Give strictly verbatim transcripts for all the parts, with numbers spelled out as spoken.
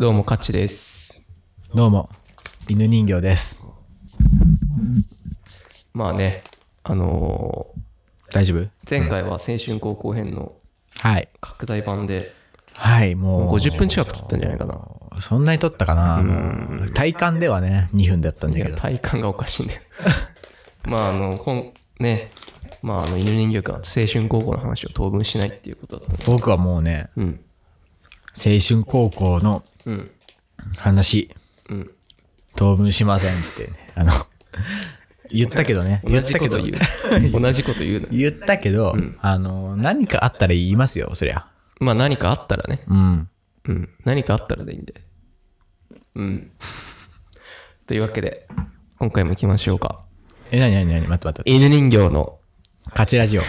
どうもカッチです。 どうも犬人形です。 まあね、あのー、大丈夫？ 前回は青春高校編の拡大版で、 はい、もうごじゅっぷん近く撮ったんじゃないかな。 そんなに撮ったかな。もう体感ではねにふんだったんだけど、 体感がおかしいんだよまああのこんねまああの犬人形が青春高校の話を当分しないっていうことだったんで、 僕はもうね、うん、青春高校の話、うん、当分しませんって、ね、あの言ったけどね、 同じこと言う同じこと言うの言ったけど、うん、あの何かあったら言いますよ、そりゃ。 まあ何かあったらね、 うんうん、何かあったらでいいんで、うんというわけで今回も行きましょうか。 え、なになになに、待って待って。 犬人形の勝ちラジオ。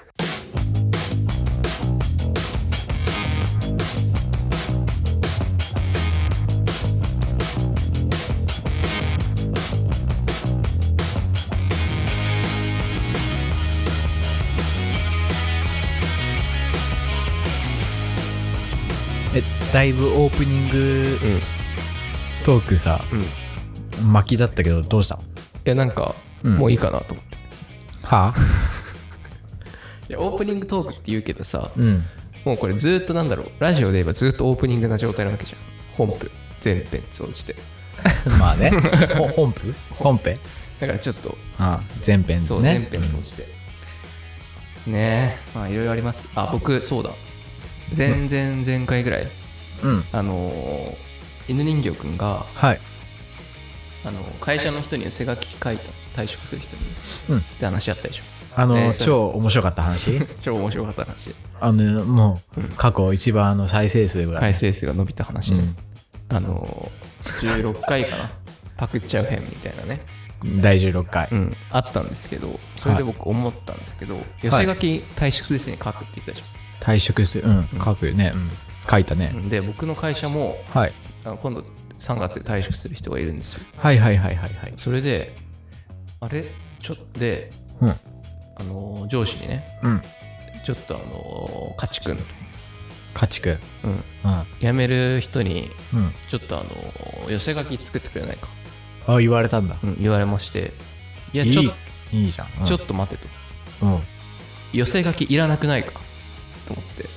え、だいぶオープニング、うん、トークさ、うん、巻きだったけどどうしたの？いやなんか、うん、もういいかなと思って。 はぁ、あ、 いやオープニングトークって言うけどさ、うん、もうこれずっとなんだろう、ラジオで言えばずっとオープニングな状態なわけじゃん。本編全編通じてまあね本編本編だからちょっとああ全編ですね。 そう全編通じて、うん、ねえ、まあいろいろあります。あ、僕そうだ、前前前回ぐらい、うん、あのー、犬人形くんが、はい、あの会社の人に寄せ書き書いた、退職する人に、うん、って話あったでしょ。 あの、ね、超面白かった話超面白かった話、 あのもう、うん、過去一番の再生数が再生数が伸びた話で、うん、あのじゅうろっかいかなパクっちゃう編みたいなね、 だいじゅうろっかい、 うん、あったんですけど、それで僕思ったんですけど、はい、寄せ書き退職ですね書くって言ったでしょ。 退職する、うん、書くよね、うん、書いたね。 で僕の会社も、はい、あの今度さんがつで退職する人がいるんですよ。 はいはいはいはいはい。 それであれちょっとで、うん、あの上司にね、うん、ちょっとあのカチ君カチ君、 うんうん、辞める人に、うん、ちょっとあの寄せ書き作ってくれないか。 あ、言われたんだ、 うん、言われまして、いやちょっといいじゃん、うん、 ちょっと待てと、うん、寄せ書きいらなくないかと思って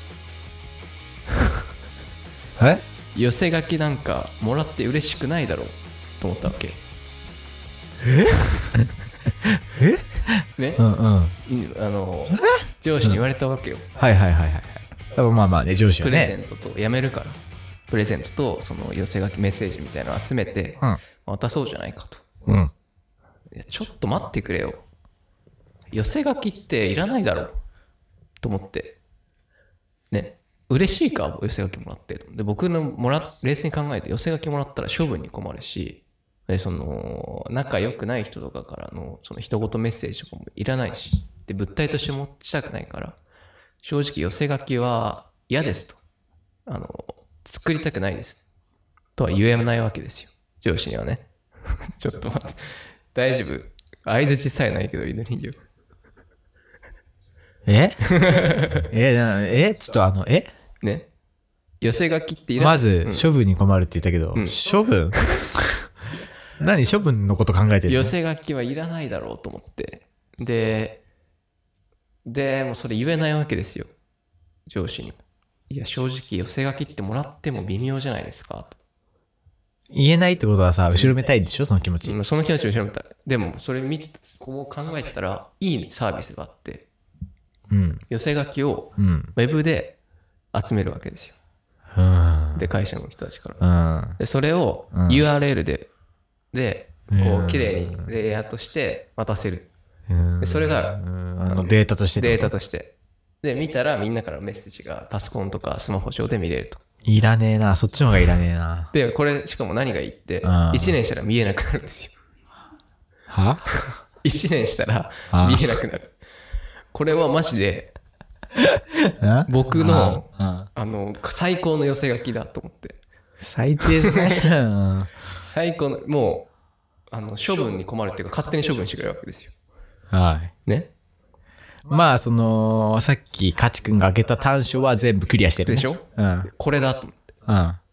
え寄せ書きなんかもらって嬉しくないだろうと思ったわけ。 ええね、うんうん、あの上司に言われたわけよ、 うん、はいはいはいはい。まあまあね、上司はねプレゼントと辞めるからプレゼントとその寄せ書きメッセージみたいなのを集めて渡そうじゃないかと、うん、いやちょっと待ってくれよ、寄せ書きっていらないだろうと思ってね。嬉しいか寄せ書きもらって。で僕のもら冷静に考えて、寄せ書きもらったら処分に困るし、でその仲良くない人とかからのその一言メッセージとかもいらないし、で物体として持ちたくないから、正直寄せ書きは嫌ですと、あの作りたくないですとは言えないわけですよ、上司にはねちょっと待って、大丈夫？相槌さえないけど犬人形えええちょっとあのえね、寄せ書きっていらまず、うん、処分に困るって言ったけど、うん、処分何処分のこと考えてるの？ 寄せ書きはいらないだろうと思って、ででもうそれ言えないわけですよ、上司に。いや正直寄せ書きってもらっても微妙じゃないですかと。 言えないってことはさ、後ろめたいでしょ、その気持ち。 その気持ちを後ろめたい。でもそれ見てこう考えてたらいいサービスがあって、うん、寄せ書きをウェブで集めるわけですよ、うん、で会社の人たちから、うん、でそれを ユーアールエル で、うん、でこう綺麗にレイヤーとして渡せる、うん、でそれが、うん、 あのデータとしてデータとしてで見たらみんなからメッセージがパソコンとかスマホ上で見れると。 いらねえな、そっちの方がいらねえな。 でこれしかも何がいいっていちねんしたら見えなくなるんですよ。はいちねんしたら見えなくなる。これはマジで僕のあの最高の寄せ書きだと思って。 最低じゃない最高の、もうあの処分に困るっていうか勝手に処分してくれるわけですよ。 はいね。まあそのさっきカチ君が開けた短所は全部クリアしてる、ね、 でしょ、うん、これだと思って、うん、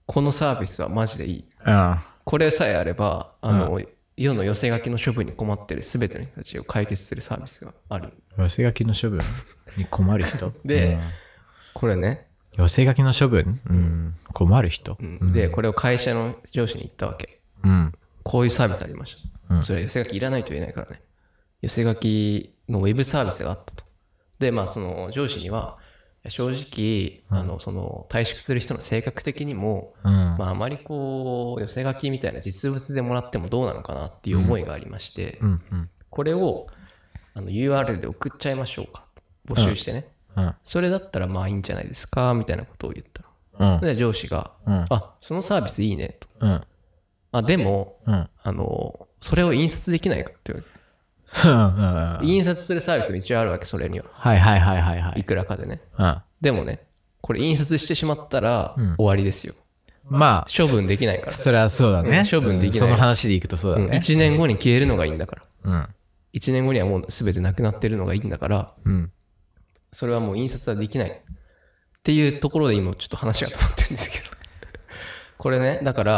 このサービスはマジでいい。 ああこれさえあれば、あの、うん、世の寄せ書きの処分に困ってる全ての人たちを解決するサービスがある。 寄せ書きの処分に困る人で、うん、これね。 寄せ書きの処分、うん、困る人、 うん、で、これを会社の上司に言ったわけ。 うん、 こういうサービスありました。うん、それは寄せ書きいらないと言えないからね。寄せ書きのウェブサービスがあったと。で、まあ、その上司には、正直、うん、あの、その、退職する人の性格的にも、うん、まあ、あまりこう、寄せ書きみたいな実物でもらってもどうなのかなっていう思いがありまして、うんうん、これを、あの、ユーアールエル で送っちゃいましょうか。募集してね。うん、それだったらまあいいんじゃないですか、みたいなことを言ったの。うん、で、上司が、うん、あ、そのサービスいいね、と。うん、あ、でも、うん、あの、それを印刷できないかって言われて。印刷するサービスも一応あるわけ、それには。 はいはいはいはいはい。 いくらかでね。うん、でもね、これ印刷してしまったら終わりですよ。 うん、まあ、 処分できないから。 それはそうだね。 うん、処分できない。 その話でいくとそうだね。うん、 いちねんごに消えるのがいいんだから。うん、いちねんごにはもう全てなくなってるのがいいんだから、うん、それはもう印刷はできない。っていうところで今ちょっと話が止まってるんですけど。これね、だから、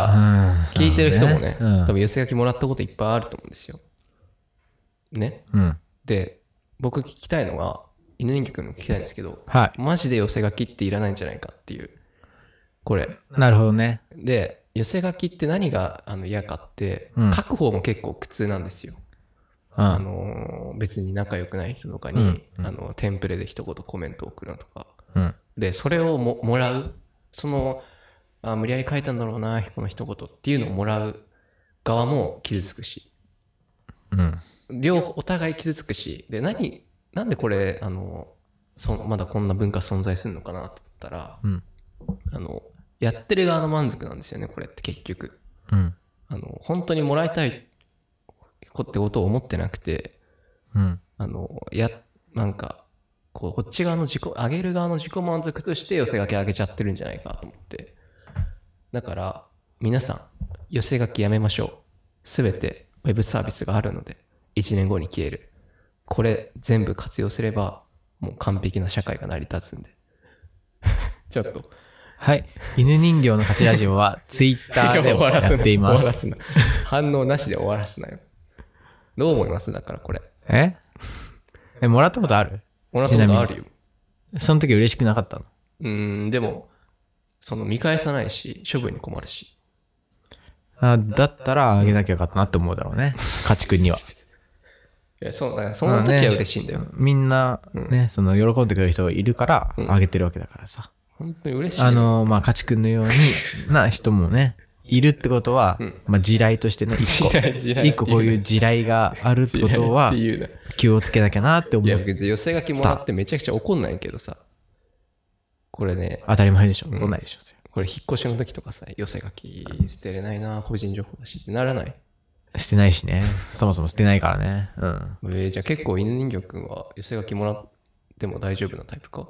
聞いてる人もね、うん、多分寄せ書きもらったこといっぱいあると思うんですよ。ね。うん、で、僕聞きたいのは、犬人間も聞きたいんですけど、はい、マジで寄せ書きっていらないんじゃないかっていう。これ。 なるほどね。 で、寄せ書きって何があの嫌かって、うん、書く方も結構苦痛なんですよ。うん、あの、別に仲良くない人とかに、うんうん、あの、テンプレで一言コメントを送るのとか。うん、で、それを も, もらう。その、あ、無理やり書いたんだろうな、この一言っていうのをもらう側も傷つくし。うん。両方、お互い傷つくし。で、何、なんでこれ、あの、そまだこんな文化存在するのかなと思ったら、うん、あの、やってる側の満足なんですよね、これって結局。うん。あの、本当にもらいたいってことを思ってなくて、うん。あの、や、なんか、こう、こっち側の自己、上げる側の自己満足として寄せ書き上げちゃってるんじゃないかと思って。だから、皆さん、寄せ書きやめましょう。すべてウェブサービスがあるので、いちねんごに消える。これ全部活用すれば、もう完璧な社会が成り立つんで。ちょっと。 はい。犬人形の勝ちラジオは、ツイッターでもやっています。 終わらすな。反応なしで終わらすなよ。どう思いますだからこれ。 ええ、もらったことある？ もらったことあるよ。 その時嬉しくなかったの？ うーん、でも、その見返さないし、処分に困るし。 あ、だったらあげなきゃよかったなって思うだろうね。家畜には。 いや、そう、だからその時は嬉しいんだよ。 ね、みんな、ね、うん、その、喜んでくれる人がいるから、あげてるわけだからさ。 うん、本当に嬉しい。 あの、まあ、家畜のようにな人もね、いるってことは、うん、まあ、地雷としてね、一個、一個こういう地雷があるってことは、気をつけなきゃなって思う。いや、 別に寄せ書きもらってめちゃくちゃ怒んないけどさ。これね。 当たり前でしょ。怒んないでしょ。 うん、これ引っ越しの時とかさ、寄せ書き捨てれないな、個人情報だしってならない？ 捨てないしね。そもそも捨てないからね。うん。 えー、じゃあ結構犬人形くんは寄せ書きもらっても大丈夫なタイプか？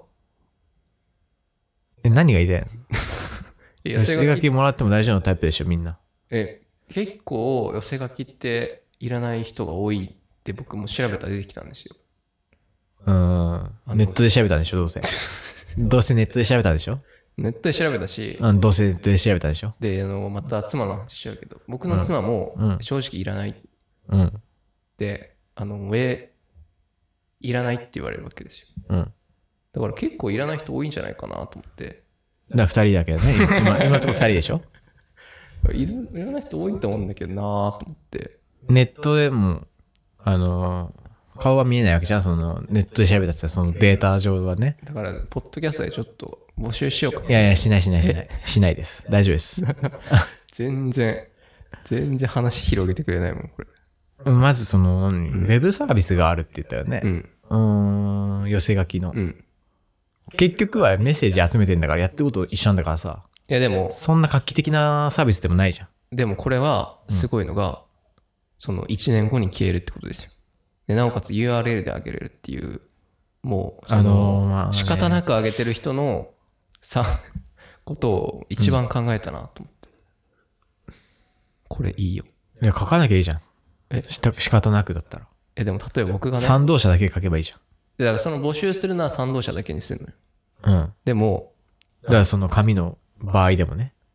え、何が言いたいの？寄せ書きもらっても大丈夫なタイプでしょ、みんな。 え、結構寄せ書きっていらない人が多いって僕も調べたら出てきたんですよ。 うーん。ネットで調べたんでしょ、どうせ。どうせネットで調べたんでしょ？ ネットで調べたし、 うん、どうせネットで調べたでしょ。 で、あの、また妻の話しちゃうけど、僕の妻も正直いらない。うん。で、あの、上、いらないって言われるわけですよ。うん。だから結構いらない人多いんじゃないかなと思って。だから二人だけどね。今、今のところ二人でしょ。 いる、いらない人多いと思うんだけどなぁと思って。 ネットでも、あのー、顔は見えないわけじゃん、その、ネットで調べたやつは、そのデータ上はね。 だから、ポッドキャストでちょっと募集しようか。 いやいや、しないしないしない。しないです。大丈夫です。 全然、全然話広げてくれないもん、これ。 まずその、うん、ウェブサービスがあるって言ったよね。うん。うーん、寄せ書きの。うん。結局はメッセージ集めてんだからやってること一緒なんだからさ。 いやでも。 そんな画期的なサービスでもないじゃん。 でもこれは、すごいのが、うん、そのいちねんごに消えるってことですよ。で、なおかつ ユーアールエル で上げれるっていう、もう、その、あのーまあね、仕方なく上げてる人のさ、ことを一番考えたなと思って。うん、これいいよ。 いや、書かなきゃいいじゃん。え、し仕方なくだったら。 え、でも例えば僕がね。 賛同者だけ書けばいいじゃん。 だからその募集するのは賛同者だけにするのよ。うん。でも、 だからその紙の場合でもね。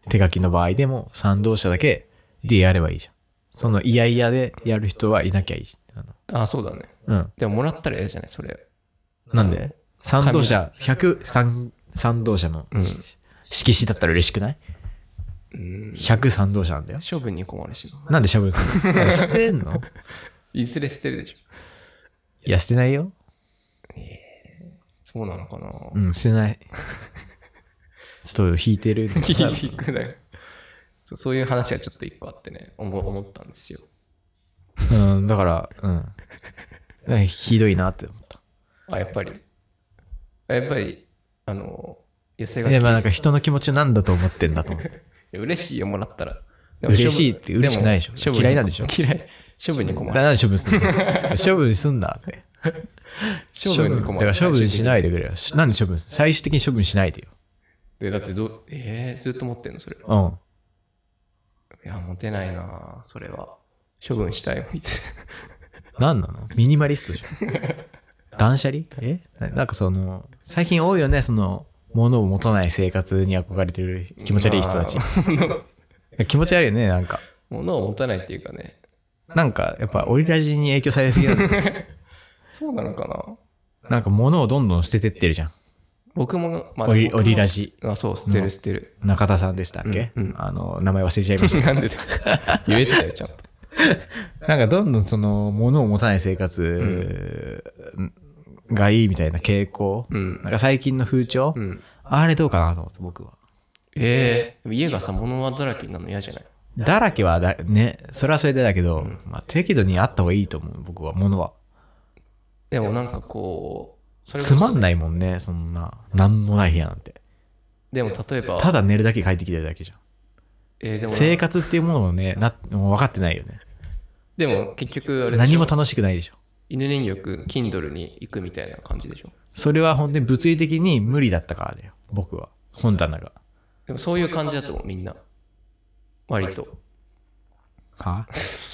手書きの場合でも賛同者だけでやればいいじゃん。そのいやいやでやる人はいなきゃいいじゃん。 ああ、そうだね。 うん。 でももらったら嫌じゃないそれ。 なんで賛同者、ひゃく賛同者の色紙だったら嬉しくない？うん、ひゃく賛同者なんだよ。 処分に困るし。 なんで処分するの？捨てんの？ いずれ捨てるでしょ。 いや、捨てないよ。 えー、そうなのかな。 うん、捨てない。ちょっと引いてる。 引いていくなよ。そう、そういう話がちょっと一個あってね、思思ったんですよ。 うん、だから、うん。ひどいなって思った。 あ、やっぱり。やっぱり、あの、寄せ書き。 いや、まあなんか人の気持ちなんだと思ってんだと思って。 嬉しいよ、もらったら。 嬉しいって嬉しくないでしょ。嫌いなんでしょ。 嫌い。処分に困る。 なんで処分すんの？処分すんなって。 処分に困る。 だから処分しないでくれよ。なんで処分する？最終的に処分しないでよ。 で、だってど、えー、ずっと持ってんのそれ。 うん。 いや、持てないなそれは。処分したいもん、いつ。 何なの？ミニマリストじゃん。断捨離？えなんかその、最近多いよね、その、物を持たない生活に憧れてる気持ち悪い人たち。気持ち悪いよね、なんか。 物を持たないっていうかね。 なんか、やっぱ、オリラジに影響されすぎだそうなのかな。 なんか物をどんどん捨ててってるじゃん。 僕も、 まあ、オリオリラジ。 あ、そう、捨てる捨てる。 中田さんでしたっけ、うんうん、あの、名前忘れちゃいました。 なんで言えてたよ、ちゃんと。 なんかどんどんその、物を持たない生活がいいみたいな傾向。うん、なんか最近の風潮、うん、あれどうかなと思って、僕は。 ええー、家がさ、物だらけになるの嫌じゃない？ だらけはだ、ね、それはそれでだけど、うん、まあ、適度にあった方がいいと思う、僕は、物は。 でもなんかこう、 それつまんないもんね、そんな、なんもない部屋なんて。 でも例えば。 ただ寝るだけ帰ってきてるだけじゃん。えー、でも生活っていうものをね、な、もう分かってないよね。 でも結局あれ何も楽しくないでしょ。 犬人力、Kindle に行くみたいな感じでしょ。 それは本当に物理的に無理だったからだよ、僕は。本棚が。 でもそういう感じだと思う、みんな。割と。 は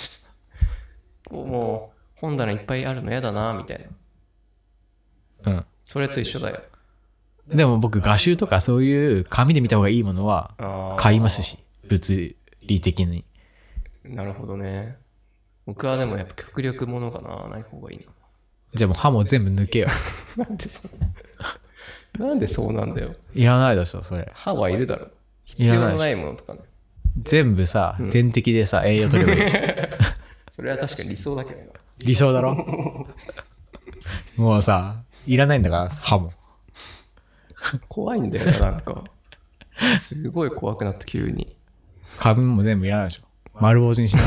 もう、本棚いっぱいあるの嫌だな、みたいな。うん。 それと一緒だよ。 でも僕、画集とかそういう紙で見た方がいいものは買いますし、物理的に。 なるほどね。僕はでもやっぱ極力ものかな、ない方がいいな。 じゃあもう歯も全部抜けよ。 なんでそうなんでそうなんだよ。 いらないでしょ、それ。 歯はいるだろ。必要のないものとかね。 全部さ、うん、点滴でさ、栄養取ればいいじゃん。 それは確かに理想だけどな。 理想だろもうさ、いらないんだから、歯も。 怖いんだよな、なんか。すごい怖くなった、急に。 花粉も全部いらないでしょ。丸坊主にしない。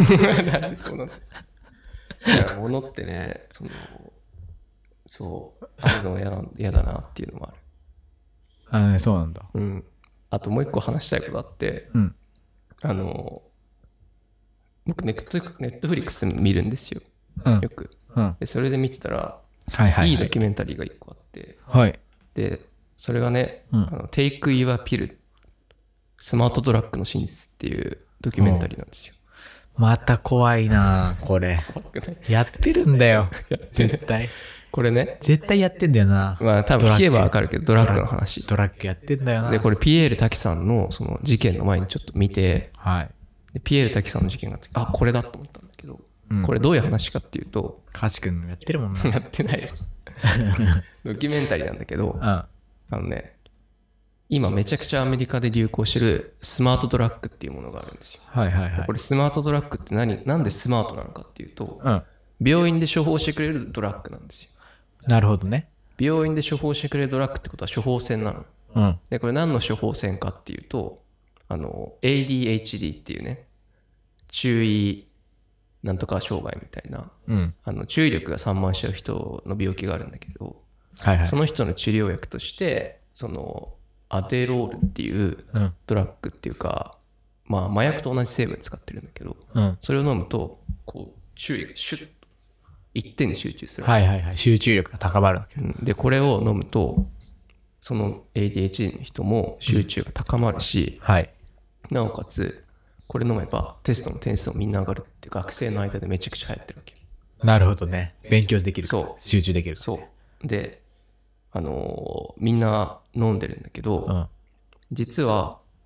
なんでそうなんだ。いや、物ってね、その、そう、あるの嫌な、嫌だなっていうのもある。 あのね、そうなんだ。 うん。あともう一個話したいことあって、うん、あの、僕ネット、ネットフリックス見るんですよ。うん、よく、うん。で、それで見てたら、はいはいはい、いいドキュメンタリーが一個あって、はい。で、それがね、うん、あの Take Your Pill スマートドラッグの真実っていうドキュメンタリーなんですよ。 また怖いなこれ。やってるんだよ。絶対。 これね。 絶対やってんだよな。 まあ多分聞けばわかるけど、ドラッグの話。 ドラッグやってんだよな。 で、これピエール滝さんのその事件の前にちょっと見て、はい。でピエール滝さんの事件があって、あ、これだと思ったんだけど、うん、これどういう話かっていうと、 カチ君やってるもんね。 やってないよ。ドキュメンタリーなんだけど、うん、あのね、今めちゃくちゃアメリカで流行してるスマートドラッグっていうものがあるんですよ。はいはいはい。これスマートドラッグって何、なんでスマートなのかっていうと、うん、病院で処方してくれるドラッグなんですよ。 なるほどね。 病院で処方してくれるドラッグってことは処方箋なの。うん。で、これ何の処方箋かっていうと、あの、エーディーエイチディー っていうね、注意なんとか障害みたいな、うん、あの注意力が散漫しちゃう人の病気があるんだけど、はいはい、その人の治療薬として、その、アデロールっていうドラッグっていうか、うん、まあ麻薬と同じ成分使ってるんだけど、うん、それを飲むと、こう、注意がシュッと一点に集中する。 はいはいはい。集中力が高まるわけ。 うん、で、これを飲むと、その エーディーエイチディー の人も集中が高まるし、うん、はい。なおかつ、これ飲めばテストの点数もみんな上がるって学生の間でめちゃくちゃ流行ってるわけ。 なるほどね。勉強できるから。そう。集中できるから。 そう。で、あのー、みんな飲んでるんだけど、うん、実は、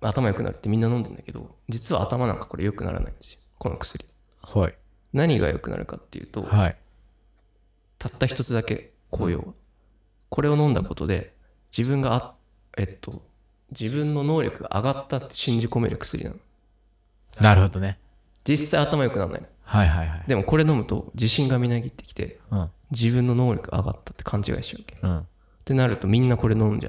頭良くなるってみんな飲んでんだけど、実は頭なんかこれ良くならないんですよ、この薬。 はい。 何が良くなるかっていうと、 はい。 たった一つだけ効用が、うん、これを飲んだことで自分があえっと自分の能力が上がったって信じ込める薬なの。 なるほどね。 実際頭良くならないの。 はいはいはい。 でもこれ飲むと自信がみなぎってきて、うん、自分の能力が上がったって勘違いしちゃうわけ、うん、ってなるとみんなこれ飲んじゃって、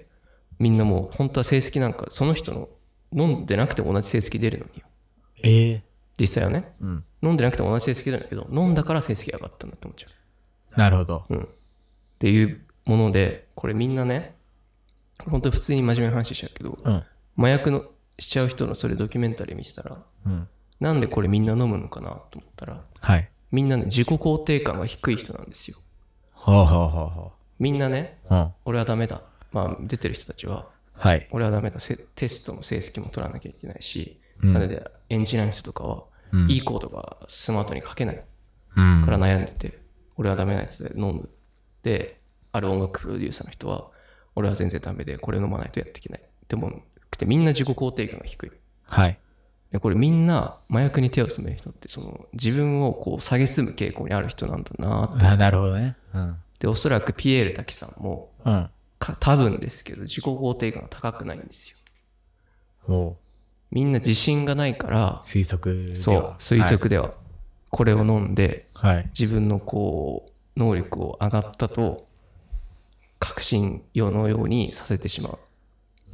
みんなもう本当は成績なんかその人の飲んでなくても同じ成績出るのに、 えー、 実際はね、うん、飲んでなくても同じ成績出るんだけど、飲んだから成績上がったんだって思っちゃう。なるほど、 うん、っていうもので、これみんなね、本当に普通に真面目な話しちゃうけど、うん、麻薬のしちゃう人のそれドキュメンタリー見てたら、うん、なんでこれみんな飲むのかなと思ったら、はい、みんなね自己肯定感が低い人なんですよ。はあはあはあ、みんなね、うん、俺はダメだ、まあ出てる人たちは、はい、俺はダメだ、テストの成績も取らなきゃいけないし、うん、なのでエンジニアの人とかは、うん、いいコードがスマートに書けないから悩んでて、うん、俺はダメなやつで飲む。で、ある音楽プロデューサーの人は、俺は全然ダメでこれ飲まないとやっていけないって思うくて、みんな自己肯定感が低い。はい。でこれみんな麻薬に手を染める人って、その自分をこう下げすむ傾向にある人なんだなって。 あ、なるほどね。うん。 で、おそらくピエール滝さんも、うん、か多分ですけど自己肯定感が高くないんですよ。おう。みんな自信がないから、 推測では。 そう、推測では、はい、これを飲んで、はい、自分のこう能力を上がったと確信用のようにさせてしまう。うん。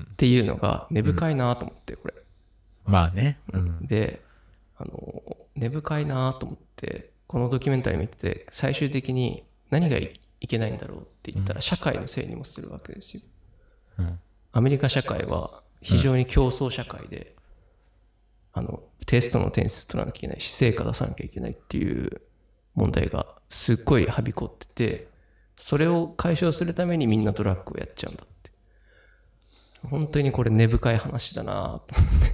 っていうのが根深いなと思って、これ。 まあね。 うん、で、あの、根深いなと思って、このドキュメンタリー見てて、最終的に何が い, いけないんだろうって言ったら、社会のせいにもするわけですよ。うん、アメリカ社会は非常に競争社会で、うん、あの、テストの点数取らなきゃいけないし、成果出さなきゃいけないっていう問題がすっごいはびこってて、それを解消するためにみんなドラッグをやっちゃうんだって。本当にこれ根深い話だなと思って。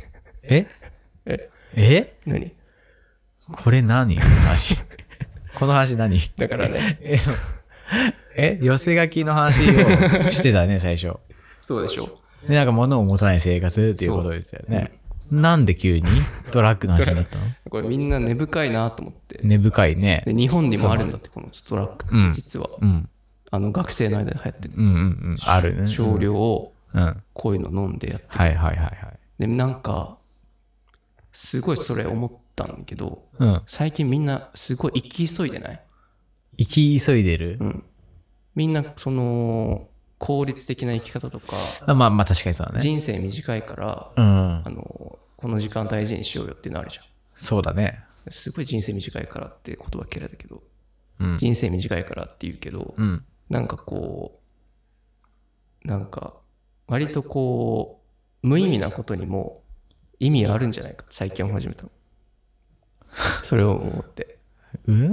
えええ何これ何話この話何だからね。 え、え寄せ書きの話をしてたね、最初。 そうでしょ。 で、なんか物を持たない生活っていうことを言ってたよね。なんで急にドラッグの話になったの？ これみんな根深いなと思って。 根深いね。 で日本にもあるんだって、このドラッグって、うん、実は。うん。あの学生の間で流行ってる。 うんうんうん。あるね。 少量を、こういうの飲んでやってる。 はいはいはいはい。 で、なんか、すごいそれ思ったんだけど、うん、最近みんなすごい生き急いでない？ 生き急いでる？ うん。みんなその効率的な生き方とか、 あまあまあ確かにそうだね。 人生短いから、うん、あのこの時間大事にしようよってなるじゃん。 そうだね。 すごい人生短いからって言葉嫌いだけど、うん、人生短いからって言うけど、うん、なんかこうなんか割とこう無意味なことにも意味あるんじゃないかって最近思い始めたの。それを思って。 うん？うん。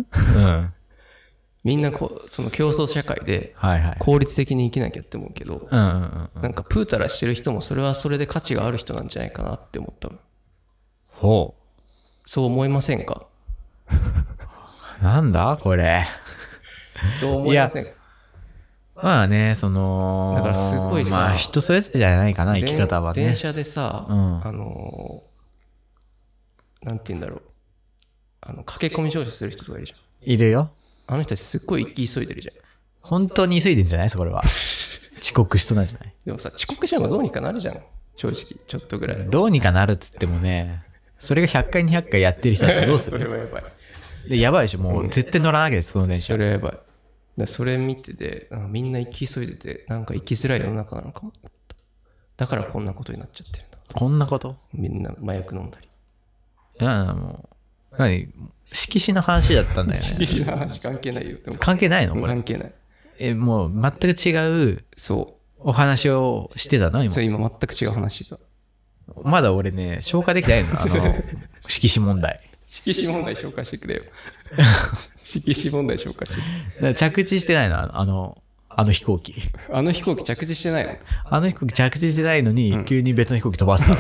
みんなこうその競争社会で効率的に生きなきゃって思うけど、なんかプータラしてる人もそれはそれで価値がある人なんじゃないかなって思ったの。 ほう。 そう思いませんか？ なんだこれ。 そう思いませんか？ まあね、その、 だからすごいさ、 まあ人それぞれじゃないかな、生き方はね。 電車でさ、うん、あの、なんて言うんだろう。あの、駆け込み乗車する人とかいるじゃん。 いるよ。 あの人たちすっごい生き急いでるじゃん。 本当に急いでんじゃないそれは。遅刻しそうなんじゃない？ でもさ、遅刻してもどうにかなるじゃん。正直、ちょっとぐらい。 どうにかなるっつってもね、それがひゃっかいにひゃっかいやってる人だったらどうする？ それはやばい。 で、やばいでしょ。もう絶対乗らなきゃです、その電車。 それはやばい。だそれ見てて、みんな生き急いでて、なんか生きづらい世の中なのかも。だからこんなことになっちゃってるんだ。 こんなこと？ みんな麻薬飲んだり。 いや、もう、何色紙の話だったんだよね。 色紙の話関係ないよ。 関係ないのこれ。 関係ない。 え、もう全く違う、 そう。 お話をしてたの今。 そう、今全く違う話だ。 まだ俺ね、消化できないの。あの、色紙問題。 色紙問題紹介してくれよ。色紙問題紹介してくれ。着地してないのあの、あの飛行機。 あの飛行機着地してないの？ あの飛行機着地してないのに、うん、急に別の飛行機飛ばすから。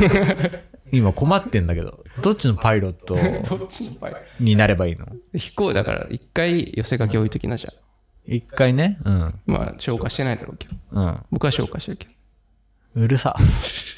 今困ってんだけど、どっちのパイロットになればいいの？ 飛行だから一回寄せ書き置いときなじゃん。 一回ね。うん。 まあ消化してないだろうけど。うん。僕は消化してるけど。 うるさ。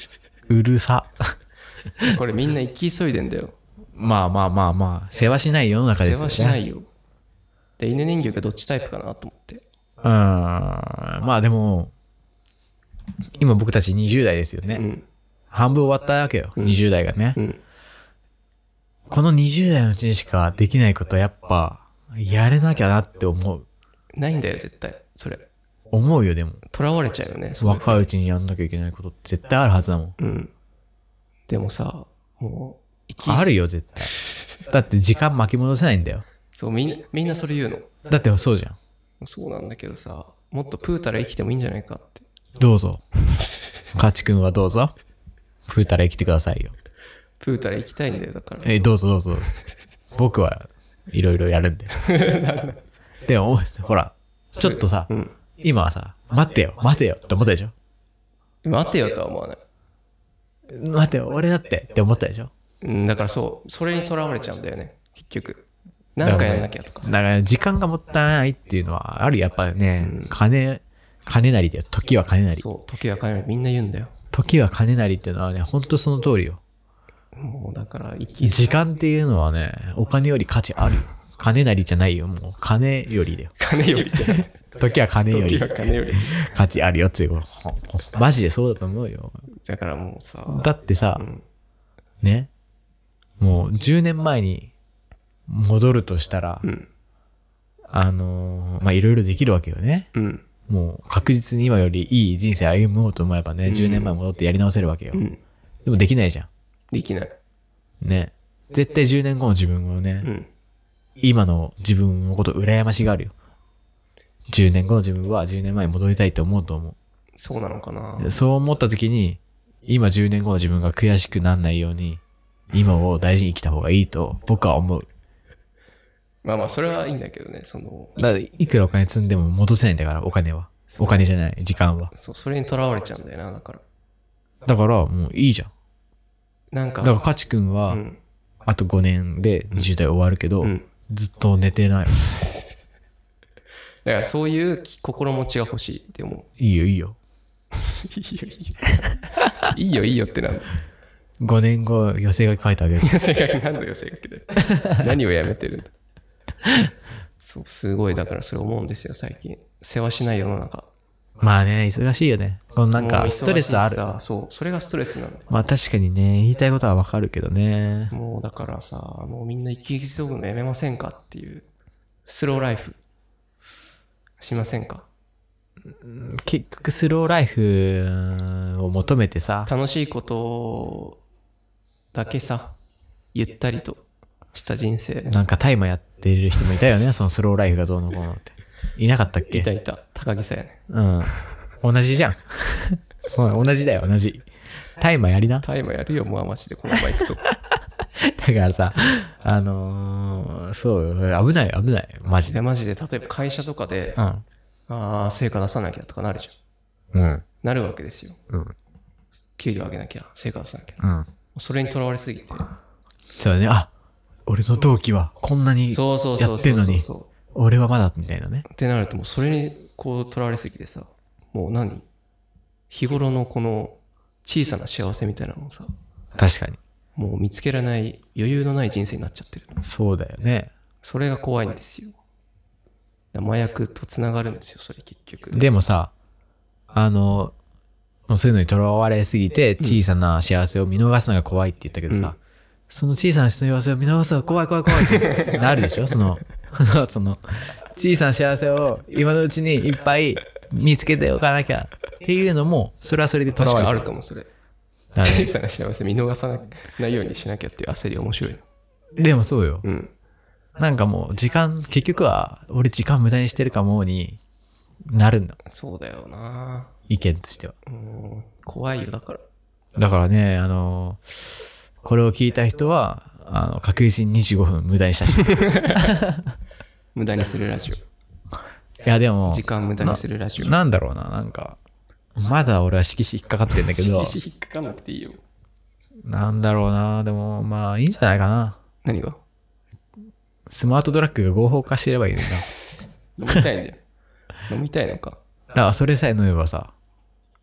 うるさ。 これみんな生き急いでんだよ。 まあまあまあまあ、世話しない世の中です世よね。 話しないよ。で、犬人形がどっちタイプかなと思って。 うーん。まあでも、今僕たちにじゅう代ですよね。 うん。 半分終わったわけよ。 うん、 にじゅう代がね、 うん。 このにじゅう代のうちにしかできないことはやっぱ、やれなきゃなって思う。 ないんだよ、絶対。それ。 思うよ、でも。 囚われちゃうよね。 若いうちにやんなきゃいけないことって絶対あるはずだもん。 うん。でもさ、もう、生きあるよ、絶対。だって時間巻き戻せないんだよ。 そう、みんな、みんなそれ言うの。 だってそうじゃん。 そうなんだけどさ、もっとプータラ生きてもいいんじゃないかって。 どうぞ。カチ君はどうぞ。プータラ生きてくださいよ。 プータラ生きたいんだよ、だから。 え、どうぞどうぞ。僕はいろいろやるんで。でも、ほら、ちょっとさ、うん、今はさ、待ってよ、待てよって思ったでしょ。 待てよとは思わない。 待てよ、俺だってって思ったでしょ。 うん、だからそう、それにとらわれちゃうんだよね、結局。なんかやんなきゃとか。 だから時間がもったいないっていうのは、あるやっぱね、うん、金、金なりだよ。時は金なり。 そう、時は金なり。みんな言うんだよ。 時は金なりっていうのはね、ほんとその通りよ。 もうだから、 時間っていうのはね、お金より価値あるよ。金なりじゃないよ。もう金よりだよ。 金よりじゃない。 時は金より。 時は金より。 価値あるよっていう。マジでそうだと思うよ。 だからもうさ。 だってさ、うん、ね。もうじゅうねんまえに戻るとしたら、うん、あのー、まあ、いろいろできるわけよね。うん。もう確実に今よりいい人生歩もうと思えばね、うん、じゅうねんまえ戻ってやり直せるわけよ。うん、でもできないじゃん。 できない。 ね。絶対じゅうねんごの自分をね、うん、今の自分のこと羨ましがるよ。じゅうねんごの自分はじゅうねんまえに戻りたいと思うと思う。 そうなのかな。 そう思った時に、今じゅうねんごの自分が悔しくならないように、今を大事に生きた方がいいと僕は思う。 まあまあ、それはいいんだけどね、その。 だから、いくらお金積んでも戻せないんだから、お金は。お金じゃない、時間は。 そう、それにとらわれちゃうんだよな、だから。 だから、もういいじゃん。 なんか。 だから、カチ君は、うん、あとごねんでにじゅう代終わるけど、うん、ずっと寝てない。 だから、そういう心持ちが欲しいって思う。 いいよ、いいよ。 いいよ、いいよ。いいよ、いいよってなんだ。 ごねんご、寄せ書き書いてあげる。 寄せ書き、何の寄せ書きで。何をやめてるんだ。そう、すごい、だからそれ思うんですよ、最近。世話しない世の中。 まあね、忙しいよね。このなんか、ストレスある。 そう、それがストレスなんだよ。 まあ確かにね、言いたいことはわかるけどね。 もうだからさ、もうみんな生き急ぐのやめませんかっていう、スローライフ。しませんか？ 結局スローライフを求めてさ。 楽しいことだけさ、ゆったりとした人生。 なんかタイマーやってる人もいたよね、そのスローライフがどうのこうのって。いなかったっけ？ いたいた。高木さんやね。 うん。同じじゃん。そう、同じだよ、同じ。タイマーやりな。 タイマーやるよ、もうマジで、このまま行くと。 だからさ、あのー、そうよ、危ない、危ない、マジで。 マジで、例えば会社とかで、うん、ああ、成果出さなきゃとかなるじゃん。うん。 なるわけですよ。うん。給料上げなきゃ、成果出さなきゃ。うん。それにとらわれすぎて。 そうだね、あ、俺の同期はこんなにやってんのに、俺はまだ、みたいなね。 ってなると、もうそれにこうとらわれすぎてさ、もう何？日頃のこの小さな幸せみたいなのをさ、 確かに。 もう見つけられない余裕のない人生になっちゃってる。 そうだよね。 それが怖いんですよ。麻薬とつながるんですよ、それ結局。 でもさ、あの、そういうのにとらわれすぎて小さな幸せを見逃すのが怖いって言ったけどさ、うん、その小さな幸せを見逃すのが怖い怖い怖いってなるでしょその、その、小さな幸せを今のうちにいっぱい見つけておかなきゃっていうのも、それはそれでとらわれてる。 あるかも、それ。小さな幸せ見逃さないようにしなきゃっていう焦り面白いよ。 でもそうよ。うん。なんかもう時間、結局は俺時間無駄にしてるかもになるんだ。 そうだよな。 意見としては。 うん。怖いよ、だから。 だからね、あの、これを聞いた人は、あの、確実ににじゅうごふん無駄にしたし。 無駄にするラジオ。 いや、でも。 時間無駄にするラジオ。 な、なんだろうな、なんか。まだ俺は色紙引っかかってんだけど。 色紙引っかかんなくていいよ。 なんだろうな、でも、まあ、いいんじゃないかな。 何が？ スマートドラッグが合法化してればいいんだ。 飲みたいんだよ。飲みたいのか。 だからそれさえ飲めばさ、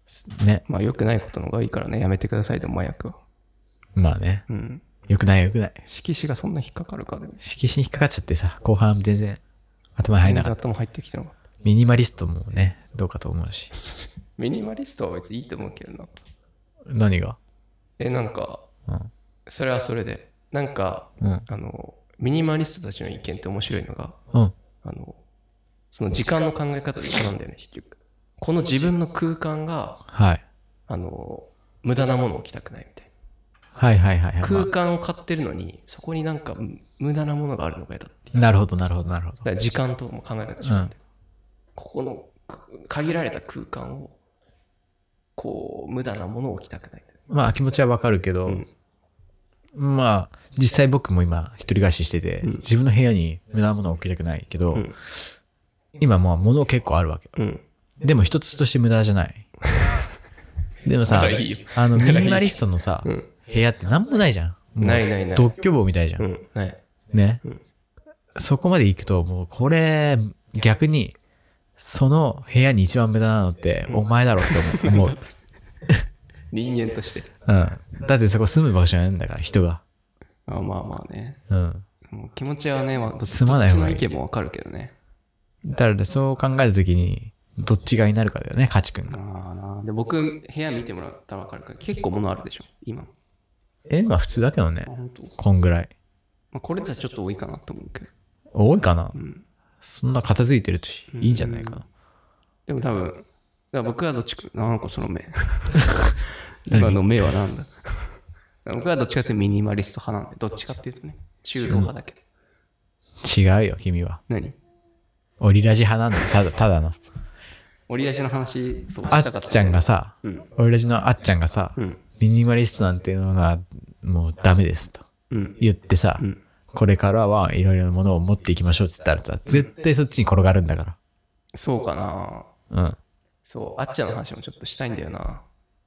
ね。 まあ良くないことの方がいいからね、やめてくださいでも麻薬は。 まあね。 うん。 よくないよくない。 色紙がそんな引っかかるかでも。 色紙に引っかかっちゃってさ、後半全然頭に入んなかった。 頭入ってきてなかった。 ミニマリストもね、どうかと思うし。 ミニマリストは別にいいと思うけどな。 何が？ え、なんか、 うん、 それはそれで、なんか、 うん、 あの、ミニマリストたちの意見って面白いのが、 うん、 あの、その時間の考え方で一緒なんだよね、結局。この自分の空間が、 はい。 あの、無駄なものを置きたくないみたいな。 はいはいはい、はい。 空間を買ってるのに、そこになんか無駄なものがあるのが嫌だっていう。 なるほどなるほどなるほど。 だから時間とも考え方一緒なんだよ。ここの限られた空間を、こう、無駄なものを置きたくない。 まあ気持ちはわかるけど、うん、まあ実際僕も今一人暮らししてて、うん、自分の部屋に無駄なものを置きたくないけど、うん、今もう物結構あるわけ、うん、でも一つとして無駄じゃないでもさいいあのミニマリストのさ、うん、部屋って何もないじゃん。 ないないない。 独居房みたいじゃん、うん、 ないね、うん、そこまで行くともうこれ逆にその部屋に一番無駄なのってお前だろって思う、思う人間として。 うん。だってそこ住む場所なんだから、人が。 あまあまあね。 うん。 もう気持ちはね、まあ、 住まない方がいい。 どっちの意見もわかるけどね。 だからそう考えたときに、どっちがになるかだよね、カチ君が。 ああな。で、僕、部屋見てもらったらわかるから、結構物あるでしょ、今。 え、まあ普通だけどね。こんぐらい。 まあ、これじゃちょっと多いかなと思うけど。 多いかな、 うん、 そんな片付いてるといいんじゃないかな。 でも多分、だから僕はどっちか、なんかその目。今の目はなんだ僕はどっちかっていうとミニマリスト派なんで、どっちかっていうとね、中道派だけど。違うよ、君は。 何？ オリラジ派なんだよ、ただ、ただの。 オリラジの話、 そうあっちゃんがさ、うん、オリラジのあっちゃんがさ、うん、ミニマリストなんていうのがもうダメですと、うん、言ってさ、うん、これからはいろいろなものを持っていきましょうって言ったらさ、絶対そっちに転がるんだから。 そうかな。 うん。 そう、あっちゃんの話もちょっとしたいんだよな。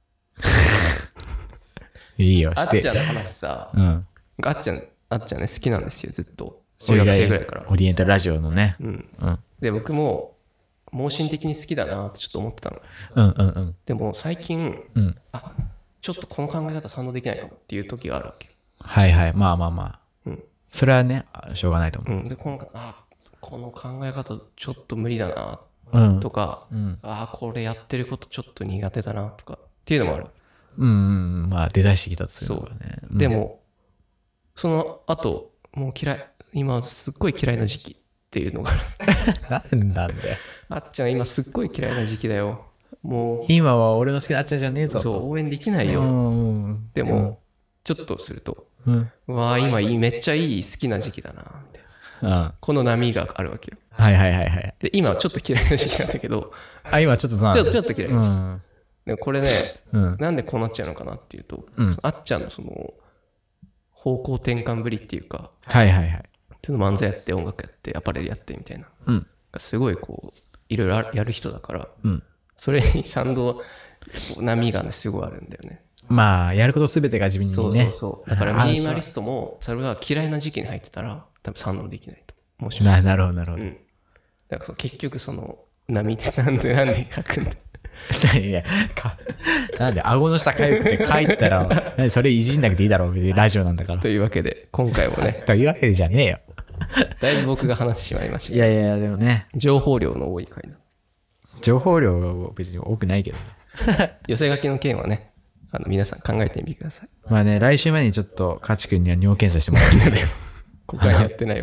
いいよ、して。 あっちゃんの話さ、 うん。 あっちゃん、あっちゃんね、好きなんですよ、ずっと。中学生ぐらいから。 オリエンタルラジオのね。 うん。うん、で、僕も、盲信的に好きだなってちょっと思ってたの。 うんうんうん。 でも、最近、 うん、 あ、ちょっとこの考え方賛同できないかもっていう時があるわけ。 はいはい。まあまあまあ。 うん。 それはね、しょうがないと思う。 うん。で、今回、あ、この考え方ちょっと無理だなとか、うんうん、ああ、これやってることちょっと苦手だなとかっていうのもある。 うんうん、まあ出だしてきたとするからね。 そう。でも、その後、もう嫌い、今すっごい嫌いな時期っていうのがある。なんだよ。 あっちゃん今すっごい嫌いな時期だよ。もう。 今は俺の好きなあっちゃんじゃねえぞ。 そう、応援できないよ。でも、うん、ちょっとすると、うん、うわあ、今めっちゃいい好きな時期だな、みたいな。うん、この波があるわけよ。 はいはいはいはい。 で、今ちょっと嫌いな時期なんだけど。 あ、今ちょっとそうなんだ。 ちょっと、ちょっと嫌いな時期。うんでこれね、 うん、 なんでこうなっちゃうのかなっていうと、うん、あっちゃんのその方向転換ぶりっていうか、 はいはいはい。 ちょっと漫才やって音楽やってアパレルやってみたいな、うん、すごいこういろいろやる人だから、うん、それに賛同波がねすごいあるんだよね。 まあやることすべてが自分にね。 そうそうそう。だからミニマリストもそれが嫌いな時期に入ってたら多分賛同できないと。もしななるほどなるほど。 うん、だから結局その波ってなんでなんで書くんだ。 いやかなんで顎の下かゆくて書いたらそれいじんなくていいだろう別にラジオなんだからというわけで今回もねというわけでじゃねえよだいぶ僕が話してしまいました。 いやいやでもね情報量の多い回だ。 情報量は別に多くないけどね寄せ書きの件はねあの皆さん考えてみてください。 まあね来週前にちょっとカチ君には尿検査してもらってねここはやってないよ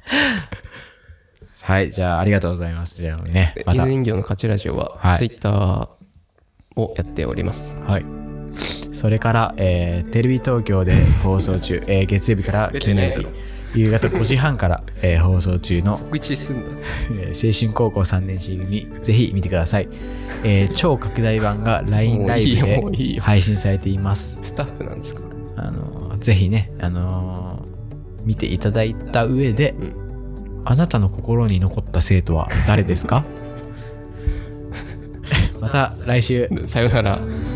はい、じゃあありがとうございます。じゃあね、 また。犬人形の勝ちラジオは、はい、ツイッターをやっております。 はい。それから、えー、テレビ東京で放送中、えー、月曜日から金曜日、夕方ごじはんから、えー、放送中の告知すんだ、 えー、青春高校さんねん C 組、ぜひ見てください。えー、超拡大版が ライン ライブで配信されています。 スタッフなんですか？ あのー、ぜひね、あのー、見ていただいた上で、うんあなたの心に残った生徒は誰ですかまた来週さよなら。